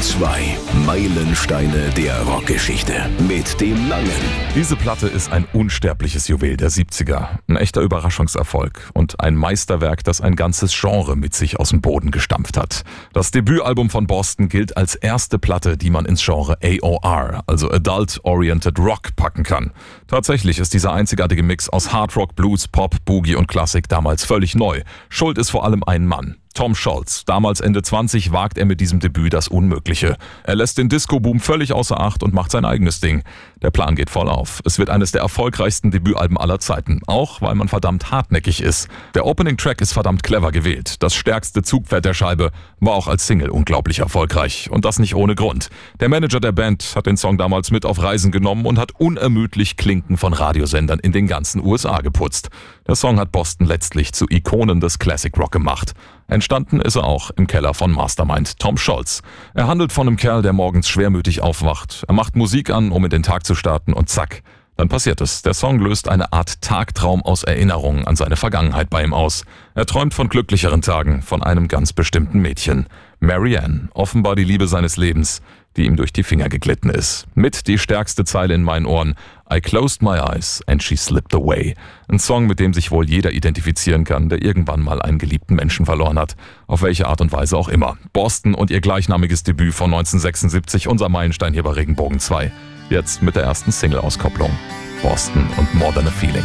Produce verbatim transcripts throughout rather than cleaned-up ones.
zwei. Meilensteine der Rockgeschichte mit dem Langen. Diese Platte ist ein unsterbliches Juwel der siebziger. Ein echter Überraschungserfolg und ein Meisterwerk, das ein ganzes Genre mit sich aus dem Boden gestampft hat. Das Debütalbum von Boston gilt als erste Platte, die man ins Genre A O R, also Adult Oriented Rock, packen kann. Tatsächlich ist dieser einzigartige Mix aus Hard Rock, Blues, Pop, Boogie und Klassik damals völlig neu. Schuld ist vor allem ein Mann. Tom Scholz. Damals Ende zwanzig wagt er mit diesem Debüt das Unmögliche. Er lässt den Disco-Boom völlig außer Acht und macht sein eigenes Ding. Der Plan geht voll auf. Es wird eines der erfolgreichsten Debütalben aller Zeiten, auch weil man verdammt hartnäckig ist. Der Opening-Track ist verdammt clever gewählt. Das stärkste Zugpferd der Scheibe, war auch als Single unglaublich erfolgreich. Und das nicht ohne Grund. Der Manager der Band hat den Song damals mit auf Reisen genommen und hat unermüdlich Klinken von Radiosendern in den ganzen U S A geputzt. Der Song hat Boston letztlich zu Ikonen des Classic Rock gemacht. Entstanden ist er auch im Keller von Mastermind Tom Scholz. Er handelt von einem Kerl, der morgens schwermütig aufwacht. Er macht Musik an, um in den Tag zu starten und zack, dann passiert es. Der Song löst eine Art Tagtraum aus Erinnerungen an seine Vergangenheit bei ihm aus. Er träumt von glücklicheren Tagen, von einem ganz bestimmten Mädchen. Marianne, offenbar die Liebe seines Lebens, die ihm durch die Finger geglitten ist. Mit die stärkste Zeile in meinen Ohren: I closed my eyes and she slipped away. Ein Song, mit dem sich wohl jeder identifizieren kann, der irgendwann mal einen geliebten Menschen verloren hat. Auf welche Art und Weise auch immer. Boston und ihr gleichnamiges Debüt von neunzehnhundertsechsundsiebzig, unser Meilenstein hier bei Regenbogen zwei. Jetzt mit der ersten Single-Auskopplung. Boston und More Than a Feeling.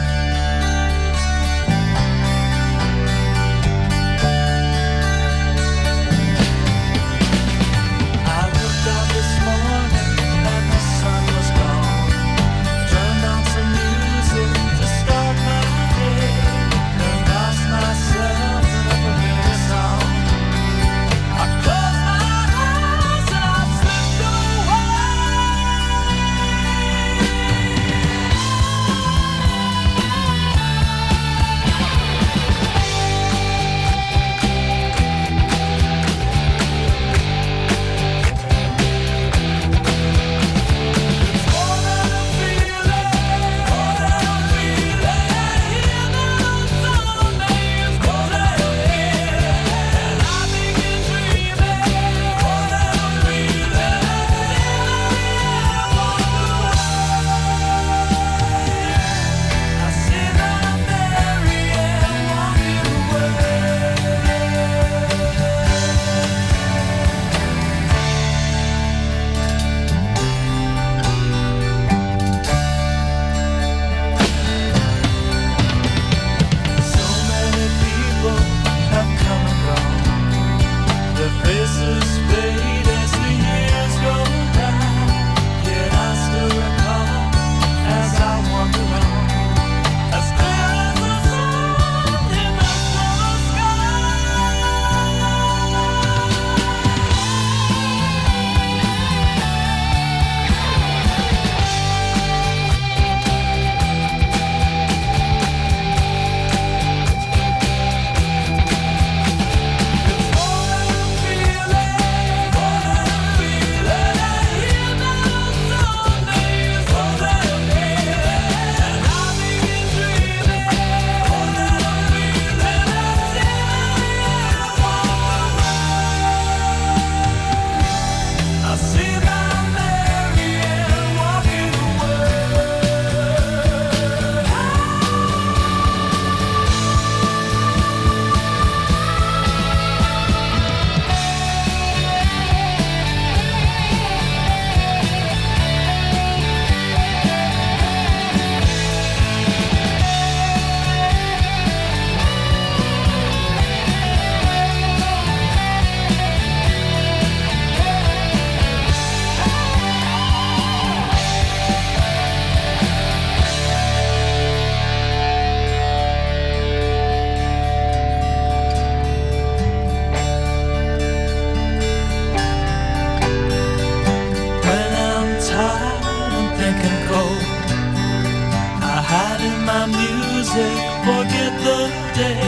Forget the day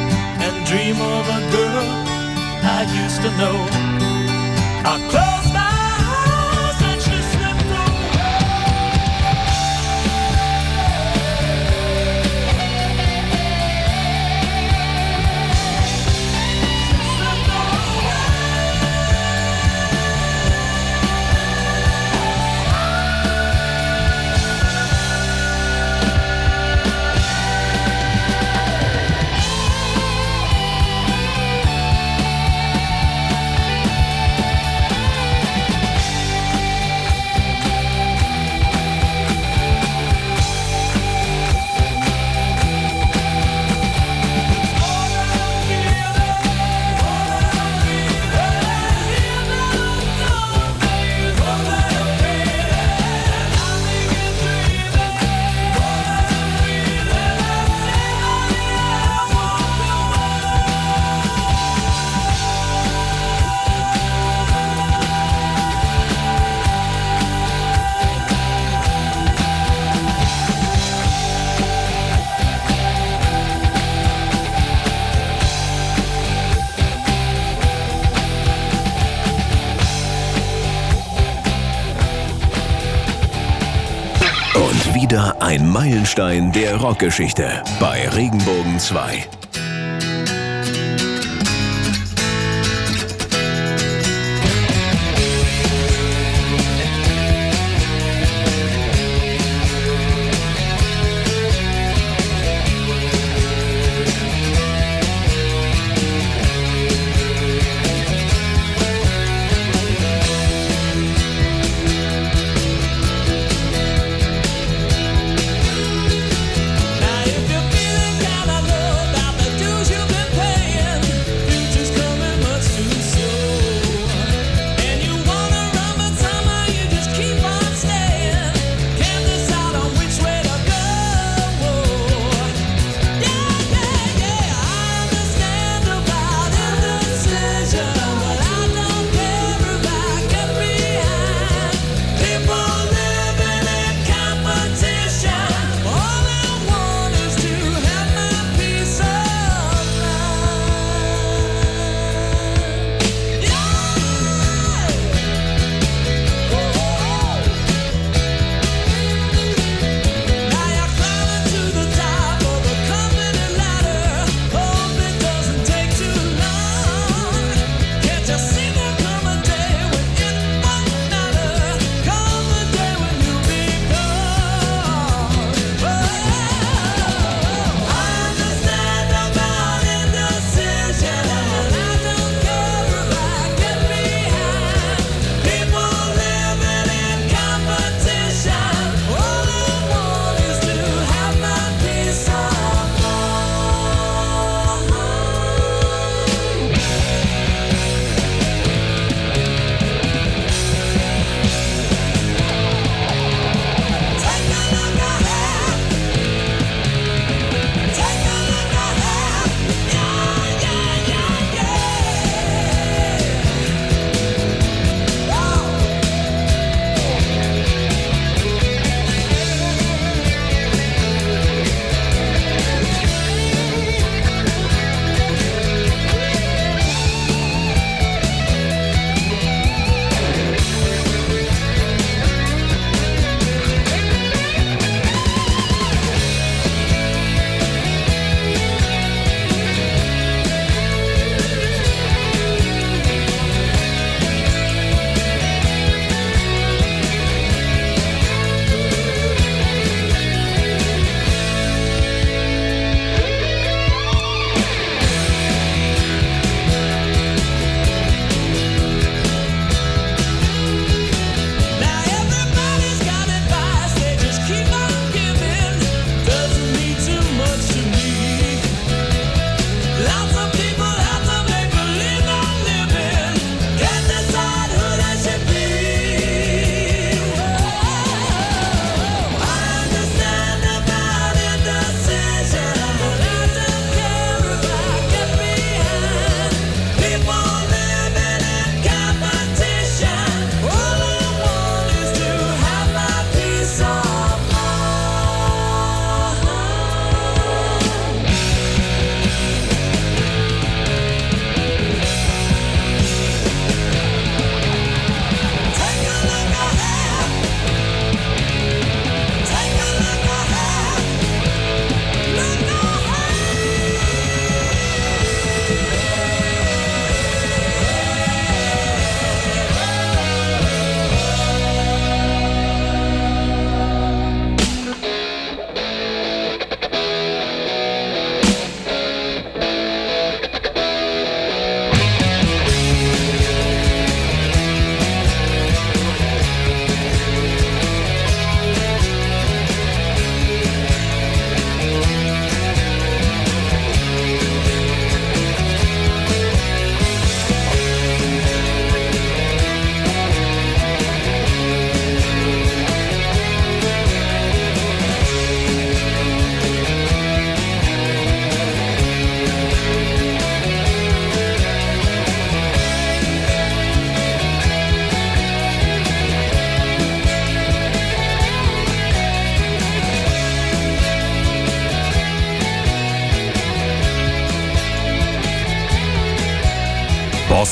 and dream of a girl I used to know. I close my eyes and she slipped away. Wieder ein Meilenstein der Rockgeschichte bei Regenbogen zwei. Now if you're feeling kinda low,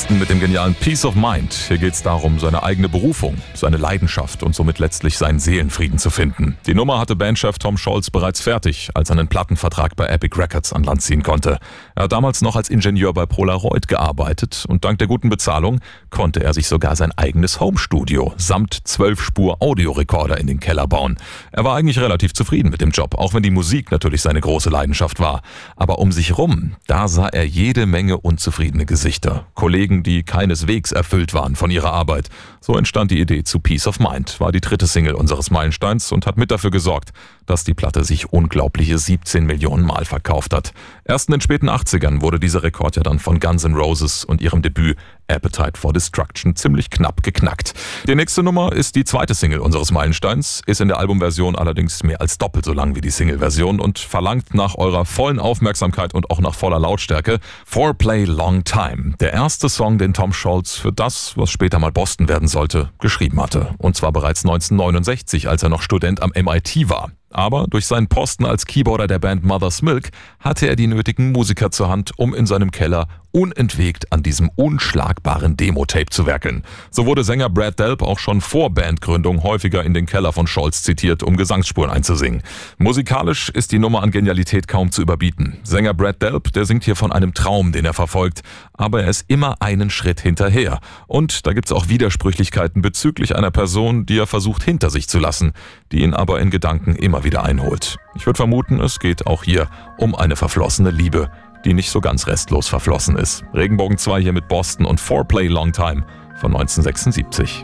Boston mit dem genialen Peace of Mind. Hier geht es darum, seine eigene Berufung, seine Leidenschaft und somit letztlich seinen Seelenfrieden zu finden. Die Nummer hatte Bandchef Tom Scholz bereits fertig, als er einen Plattenvertrag bei Epic Records an Land ziehen konnte. Er hat damals noch als Ingenieur bei Polaroid gearbeitet und dank der guten Bezahlung konnte er sich sogar sein eigenes Homestudio samt zwölf Spur Audiorekorder in den Keller bauen. Er war eigentlich relativ zufrieden mit dem Job, auch wenn die Musik natürlich seine große Leidenschaft war. Aber um sich rum, da sah er jede Menge unzufriedene Gesichter. Kollegen, die keineswegs erfüllt waren von ihrer Arbeit. So entstand die Idee zu Peace of Mind, war die dritte Single unseres Meilensteins und hat mit dafür gesorgt, dass die Platte sich unglaubliche siebzehn Millionen Mal verkauft hat. Erst in den späten achtzigern wurde dieser Rekord ja dann von Guns N' Roses und ihrem Debüt Appetite for Destruction ziemlich knapp geknackt. Die nächste Nummer ist die zweite Single unseres Meilensteins, ist in der Albumversion allerdings mehr als doppelt so lang wie die Single-Version und verlangt nach eurer vollen Aufmerksamkeit und auch nach voller Lautstärke Foreplay Long Time, der erste Song, den Tom Scholz für das, was später mal Boston werden sollte, geschrieben hatte. Und zwar bereits neunzehnhundertneunundsechzig, als er noch Student am M I T war. Aber durch seinen Posten als Keyboarder der Band Mother's Milk hatte er die nötigen Musiker zur Hand, um in seinem Keller unentwegt an diesem unschlagbaren Demo-Tape zu werkeln. So wurde Sänger Brad Delp auch schon vor Bandgründung häufiger in den Keller von Scholz zitiert, um Gesangsspuren einzusingen. Musikalisch ist die Nummer an Genialität kaum zu überbieten. Sänger Brad Delp, der singt hier von einem Traum, den er verfolgt, aber er ist immer einen Schritt hinterher. Und da gibt's auch Widersprüchlichkeiten bezüglich einer Person, die er versucht hinter sich zu lassen, die ihn aber in Gedanken immer wieder einholt. Ich würde vermuten, es geht auch hier um eine verflossene Liebe, die nicht so ganz restlos verflossen ist. Regenbogen zwei hier mit Boston und Foreplay Long Time von neunzehnhundertsechsundsiebzig.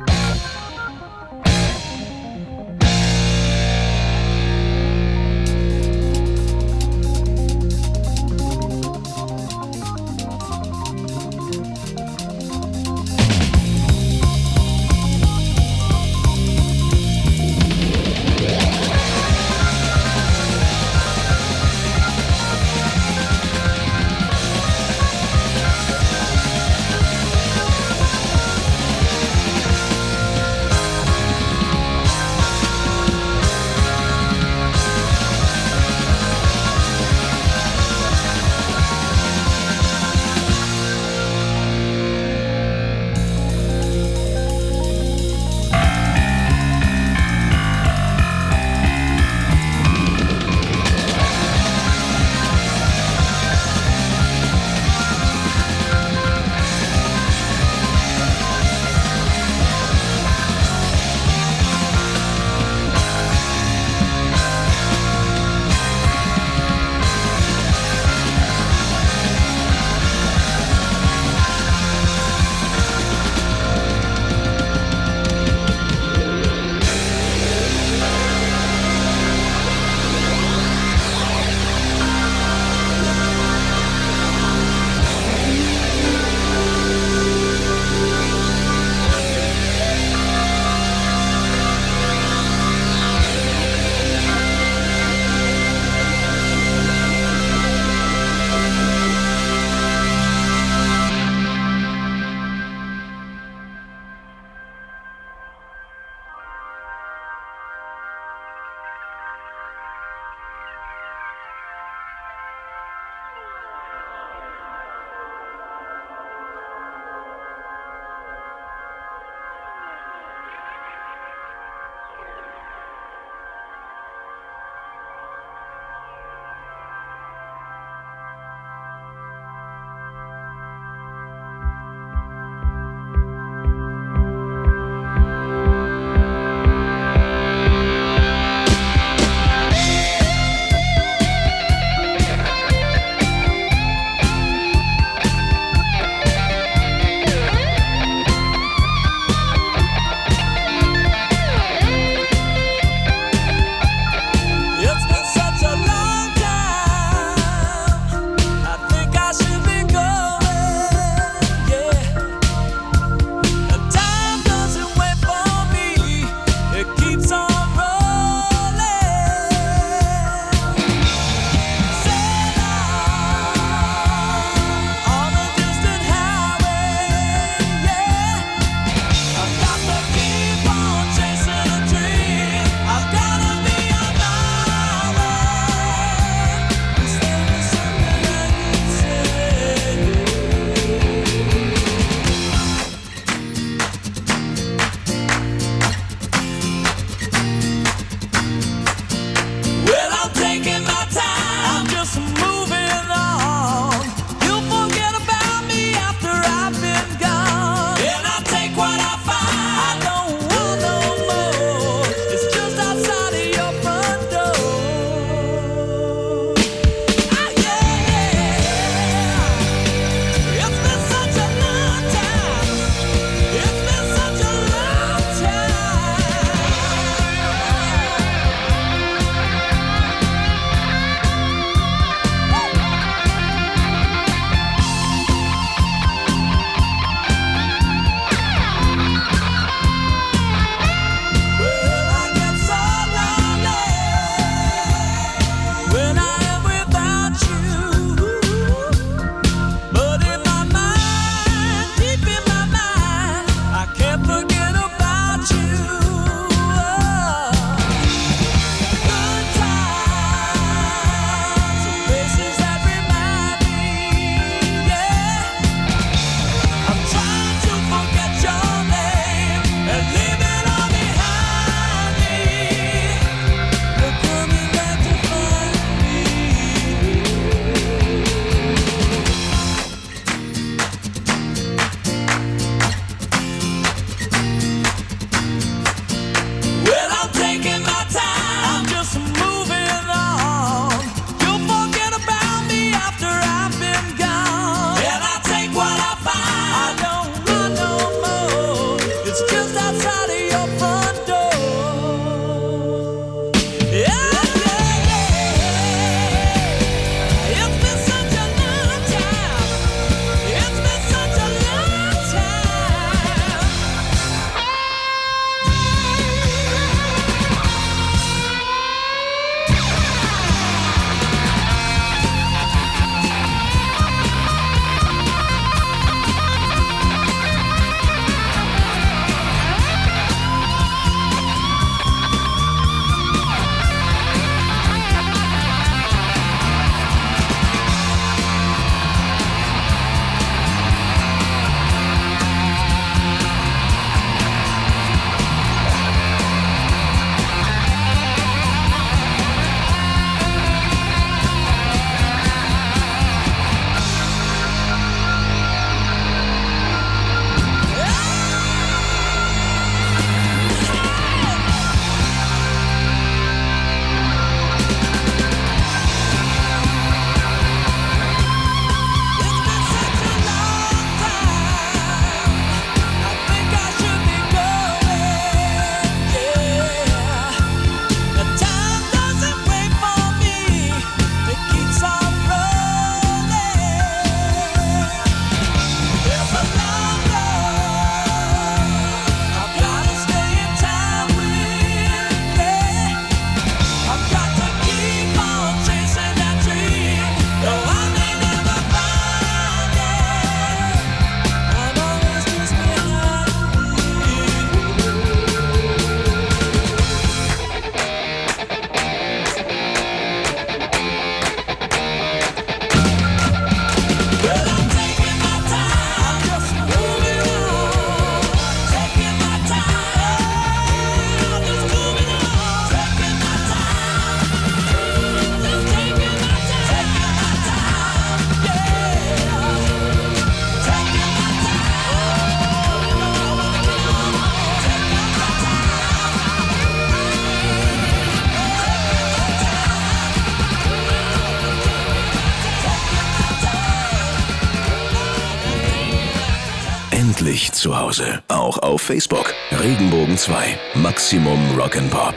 endlich zu Hause. Auch auf Facebook. Regenbogen zwei. Maximum Rock'n'Pop.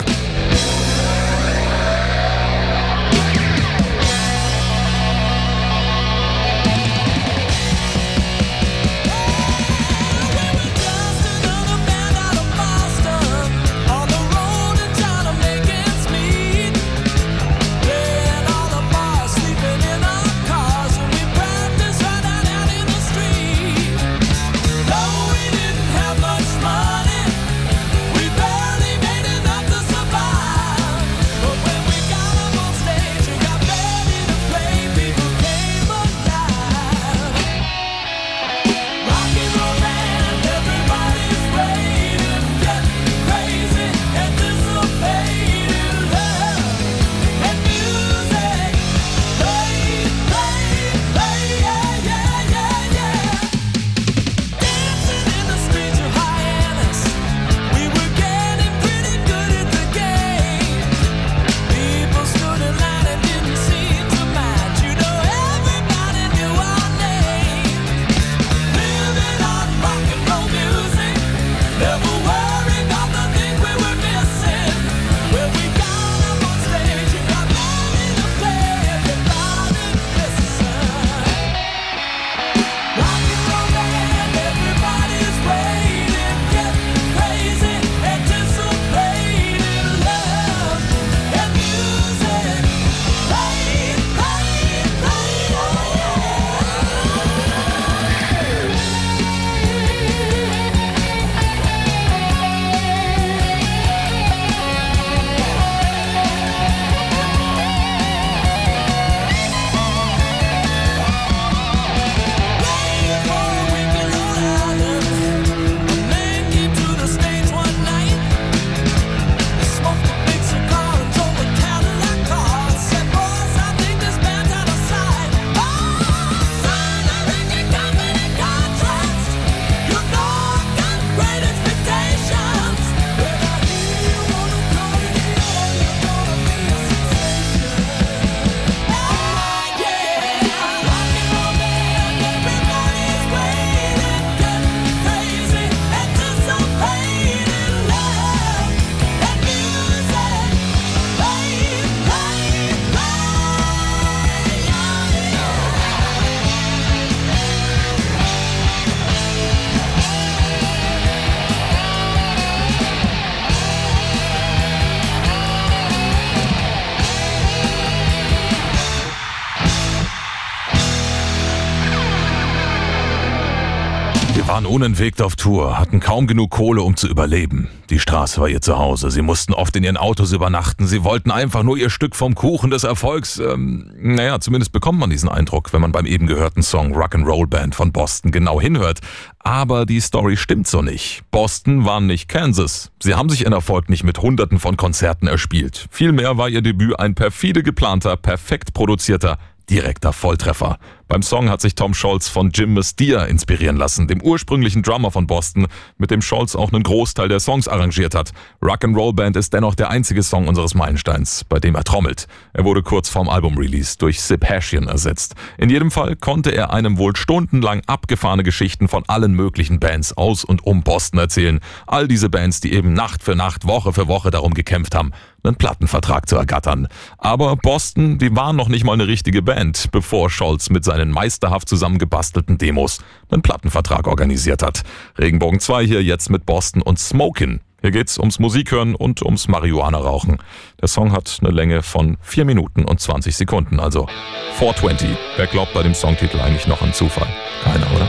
Wir waren unentwegt auf Tour, hatten kaum genug Kohle, um zu überleben. Die Straße war ihr Zuhause, sie mussten oft in ihren Autos übernachten, sie wollten einfach nur ihr Stück vom Kuchen des Erfolgs. Ähm, naja, zumindest bekommt man diesen Eindruck, wenn man beim eben gehörten Song Rock'n'Roll Band von Boston genau hinhört. Aber die Story stimmt so nicht. Boston war nicht Kansas. Sie haben sich ihren Erfolg nicht mit Hunderten von Konzerten erspielt. Vielmehr war ihr Debüt ein perfide geplanter, perfekt produzierter, direkter Volltreffer. Beim Song hat sich Tom Scholz von Jim Mestier inspirieren lassen, dem ursprünglichen Drummer von Boston, mit dem Scholz auch einen Großteil der Songs arrangiert hat. Rock'n'Roll Band ist dennoch der einzige Song unseres Meilensteins, bei dem er trommelt. Er wurde kurz vorm Album-Release durch Sip Hashian ersetzt. In jedem Fall konnte er einem wohl stundenlang abgefahrene Geschichten von allen möglichen Bands aus und um Boston erzählen. All diese Bands, die eben Nacht für Nacht, Woche für Woche darum gekämpft haben, einen Plattenvertrag zu ergattern. Aber Boston, die waren noch nicht mal eine richtige Band, bevor Scholz mit seinen meisterhaft zusammengebastelten Demos einen Plattenvertrag organisiert hat. Regenbogen zwei hier jetzt mit Boston und Smokin'. Hier geht's ums Musikhören und ums Marihuana-Rauchen. Der Song hat eine Länge von vier Minuten und zwanzig Sekunden, also vierhundertzwanzig. Wer glaubt bei dem Songtitel eigentlich noch an Zufall? Keiner, oder?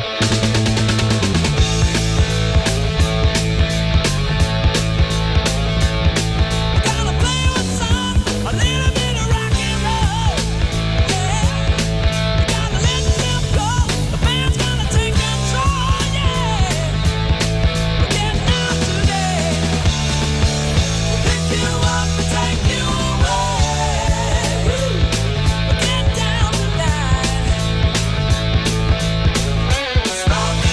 Smoke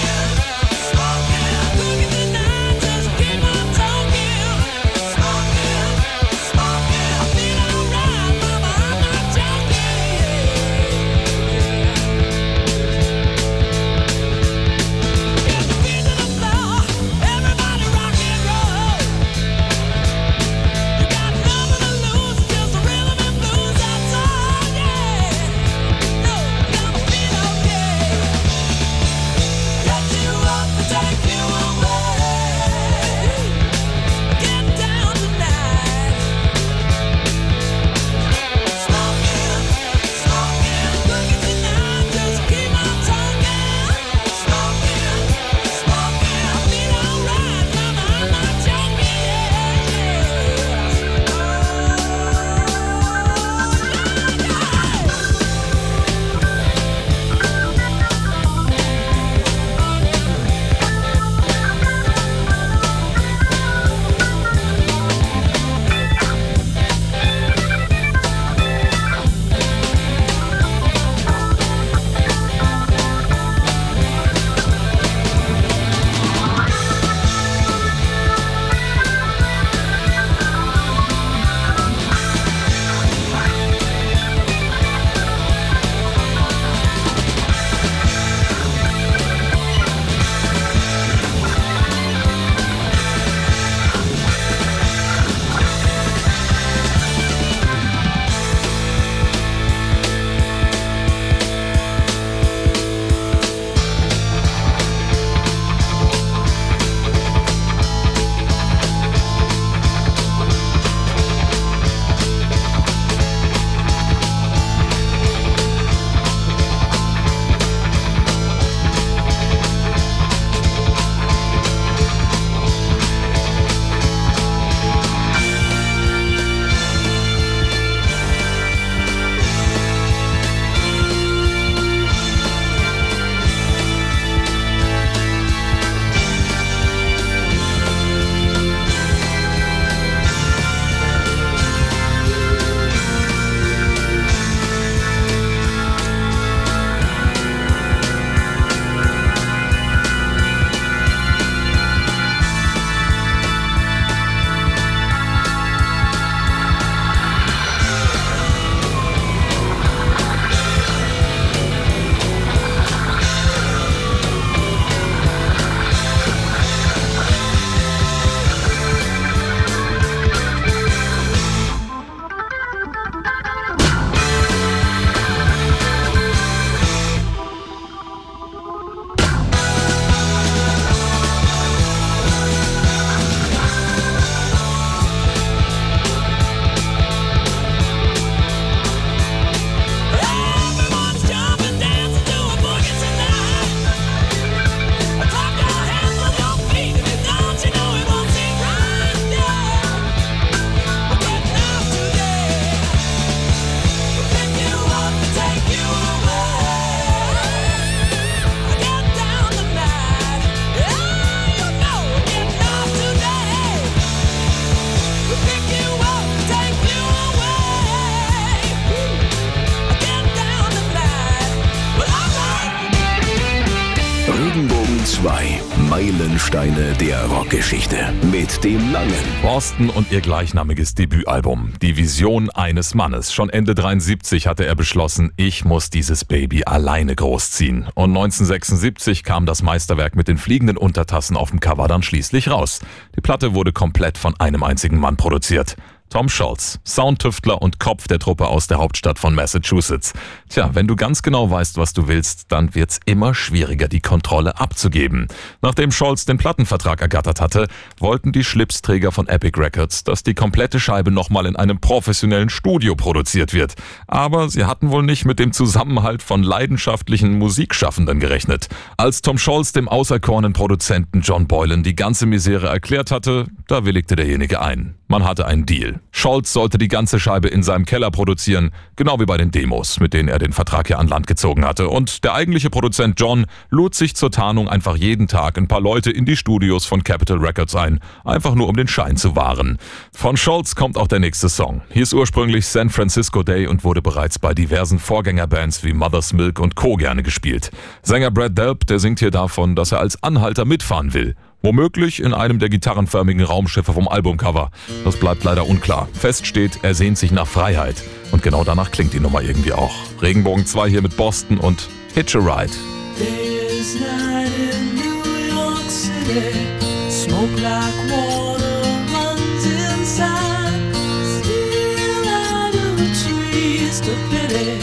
Meilensteine der Rockgeschichte mit dem Langen. Boston und ihr gleichnamiges Debütalbum, Die Vision eines Mannes. Schon Ende dreiundsiebzig hatte er beschlossen, ich muss dieses Baby alleine großziehen. Und neunzehnhundertsechsundsiebzig kam das Meisterwerk mit den fliegenden Untertassen auf dem Cover dann schließlich raus. Die Platte wurde komplett von einem einzigen Mann produziert. Tom Scholz, Soundtüftler und Kopf der Truppe aus der Hauptstadt von Massachusetts. Tja, wenn du ganz genau weißt, was du willst, dann wird's immer schwieriger, die Kontrolle abzugeben. Nachdem Scholz den Plattenvertrag ergattert hatte, wollten die Schlipsträger von Epic Records, dass die komplette Scheibe nochmal in einem professionellen Studio produziert wird. Aber sie hatten wohl nicht mit dem Zusammenhalt von leidenschaftlichen Musikschaffenden gerechnet. Als Tom Scholz dem auserkorenen Produzenten John Boylan die ganze Misere erklärt hatte, da willigte derjenige ein. Man hatte einen Deal. Scholz sollte die ganze Scheibe in seinem Keller produzieren, genau wie bei den Demos, mit denen er den Vertrag hier an Land gezogen hatte. Und der eigentliche Produzent John lud sich zur Tarnung einfach jeden Tag ein paar Leute in die Studios von Capitol Records ein, einfach nur um den Schein zu wahren. Von Scholz kommt auch der nächste Song. Hieß ursprünglich San Francisco Day und wurde bereits bei diversen Vorgängerbands wie Mother's Milk und Co. gerne gespielt. Sänger Brad Delp, der singt hier davon, dass er als Anhalter mitfahren will. Womöglich in einem der gitarrenförmigen Raumschiffe vom Albumcover. Das bleibt leider unklar. Fest steht, er sehnt sich nach Freiheit. Und genau danach klingt die Nummer irgendwie auch. Regenbogen zwei hier mit Boston und Hitch a Ride. Day is night in New York City. Smoke like water runs inside. Still out of trees to pity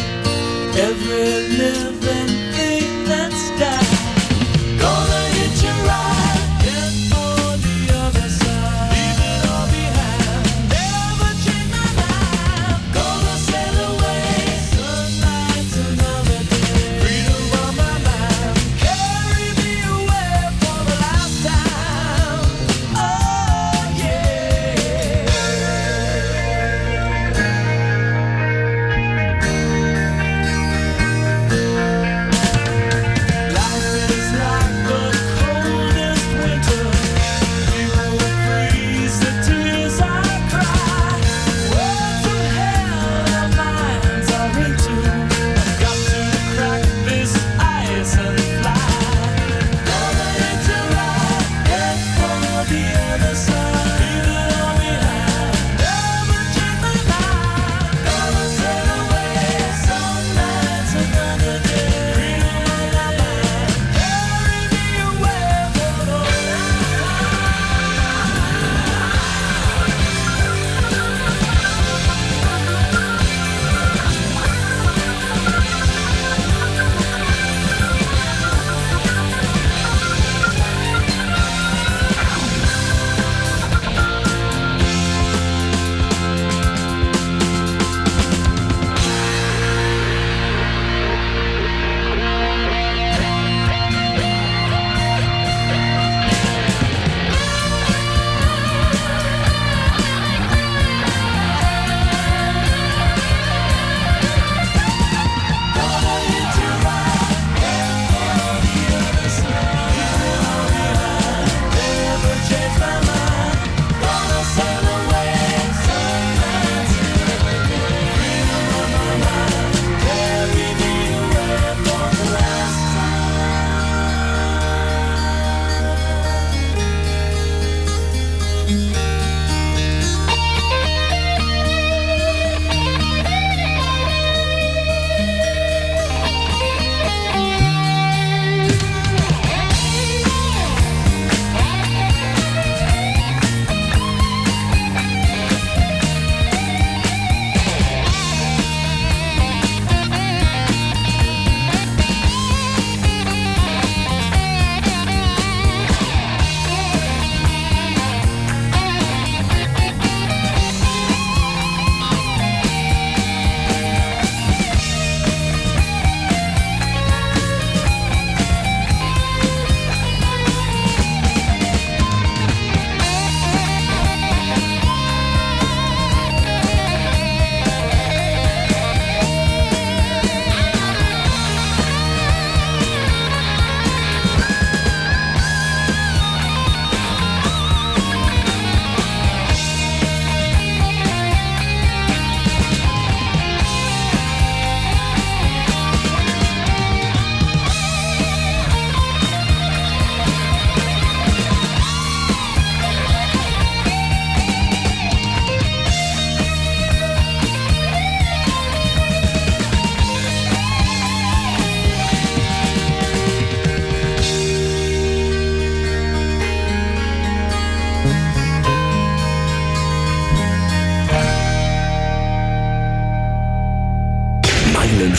every living thing that's died. Gonna hitch a ride, head for the other side. Leave it all behind, never change my mind. Gonna sail away, sunlight's another day. Freedom on my mind, carry me away for the last time. Oh yeah.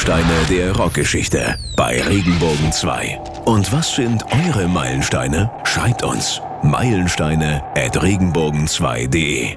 Meilensteine der Rockgeschichte bei Regenbogen zwei. Und was sind eure Meilensteine? Schreibt uns meilensteine at regenbogen zwei punkt de.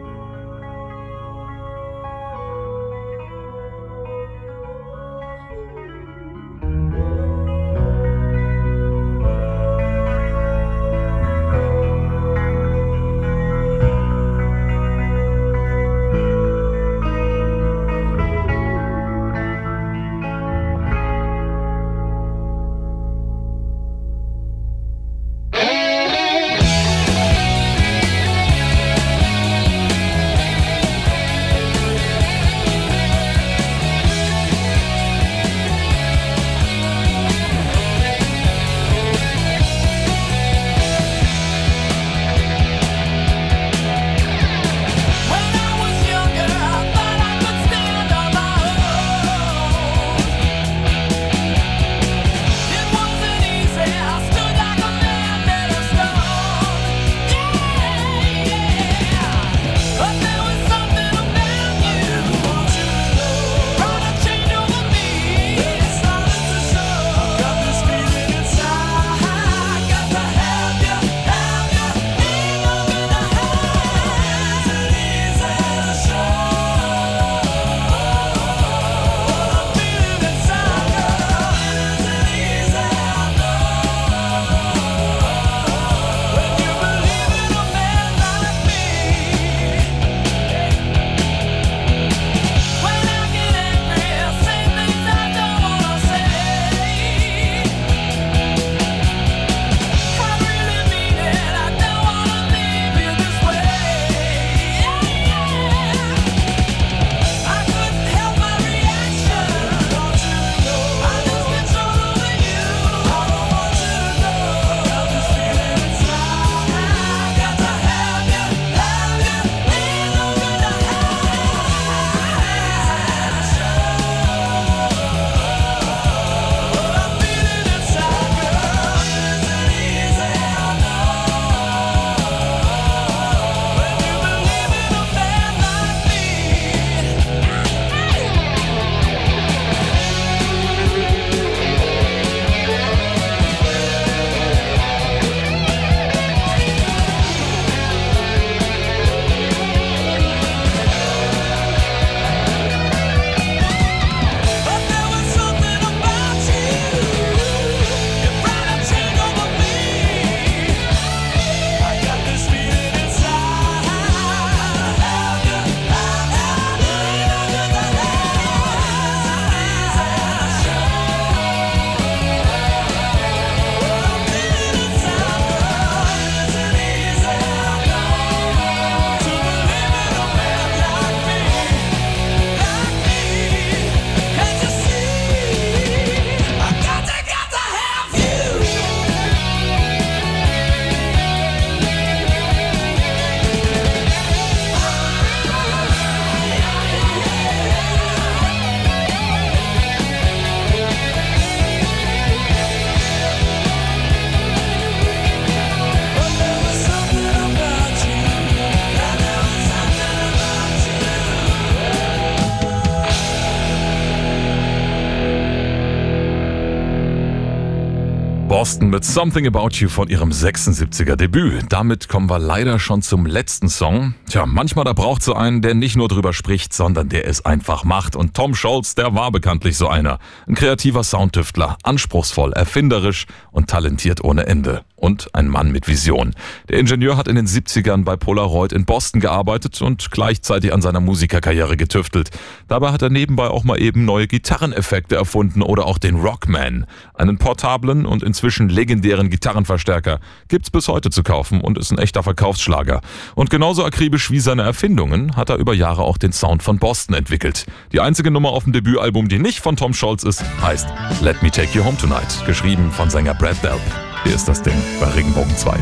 Boston mit Something About You von ihrem sechsundsiebziger Debüt. Damit kommen wir leider schon zum letzten Song. Tja, manchmal da braucht so einen, der nicht nur drüber spricht, sondern der es einfach macht. Und Tom Scholz, der war bekanntlich so einer. Ein kreativer Soundtüftler, anspruchsvoll, erfinderisch und talentiert ohne Ende. Und ein Mann mit Vision. Der Ingenieur hat in den siebzigern bei Polaroid in Boston gearbeitet und gleichzeitig an seiner Musikerkarriere getüftelt. Dabei hat er nebenbei auch mal eben neue Gitarreneffekte erfunden oder auch den Rockman. Einen portablen und inzwischen legendären Gitarrenverstärker gibt's bis heute zu kaufen und ist ein echter Verkaufsschlager. Und genauso akribisch wie seine Erfindungen hat er über Jahre auch den Sound von Boston entwickelt. Die einzige Nummer auf dem Debütalbum, die nicht von Tom Scholz ist, heißt Let Me Take You Home Tonight, geschrieben von Sänger Brad Delp. Hier ist das Ding bei Regenbogen zwei.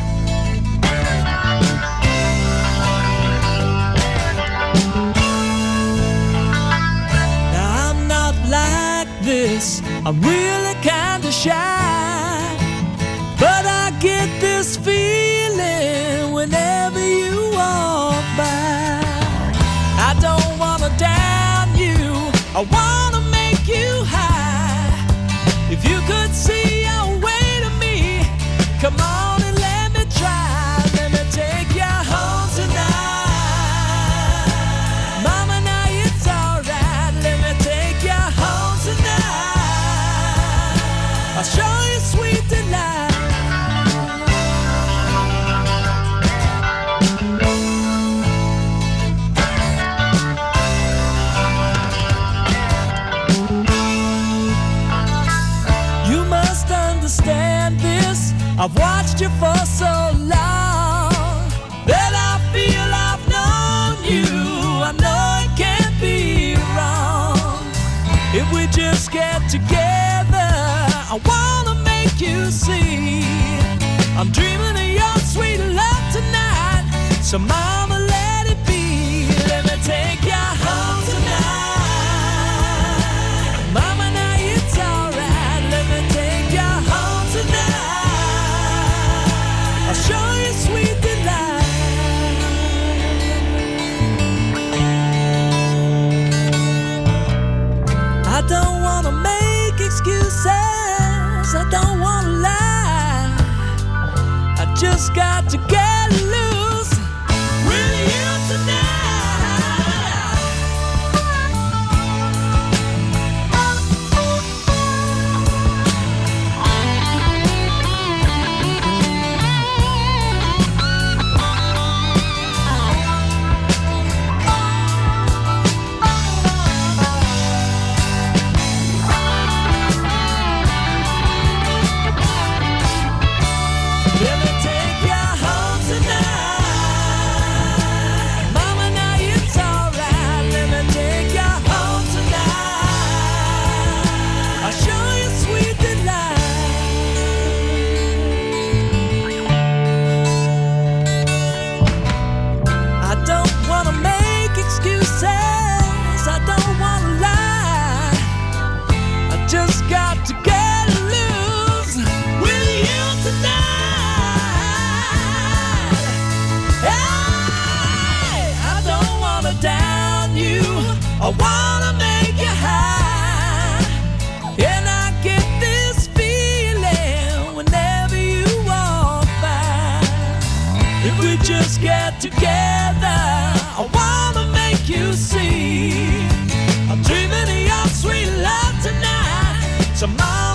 Now I'm not like this, I'm really kinda shy, but I get this feeling whenever you walk by. I don't wanna down you, I wanna make you happy. I'm dreaming of your sweet love tonight. So mama, let it be. Let me take you home tonight. Mama, now it's alright. Let me take you home tonight. I'll show you sweet delight. I don't wanna make excuses, I don't wanna lie, I just got to get loose with you tonight. Let me take you home tonight. Mama, now it's alright. Let me take you home tonight. I'll show you sweet delight. I don't wanna make excuses, I don't wanna lie, I just got to get loose with you tonight. Hey, I don't wanna down you, I wanna make you high. And I get this feeling whenever you walk by. If we just get together, I wanna make you see. I'm dreaming of your sweet love tonight. So mama,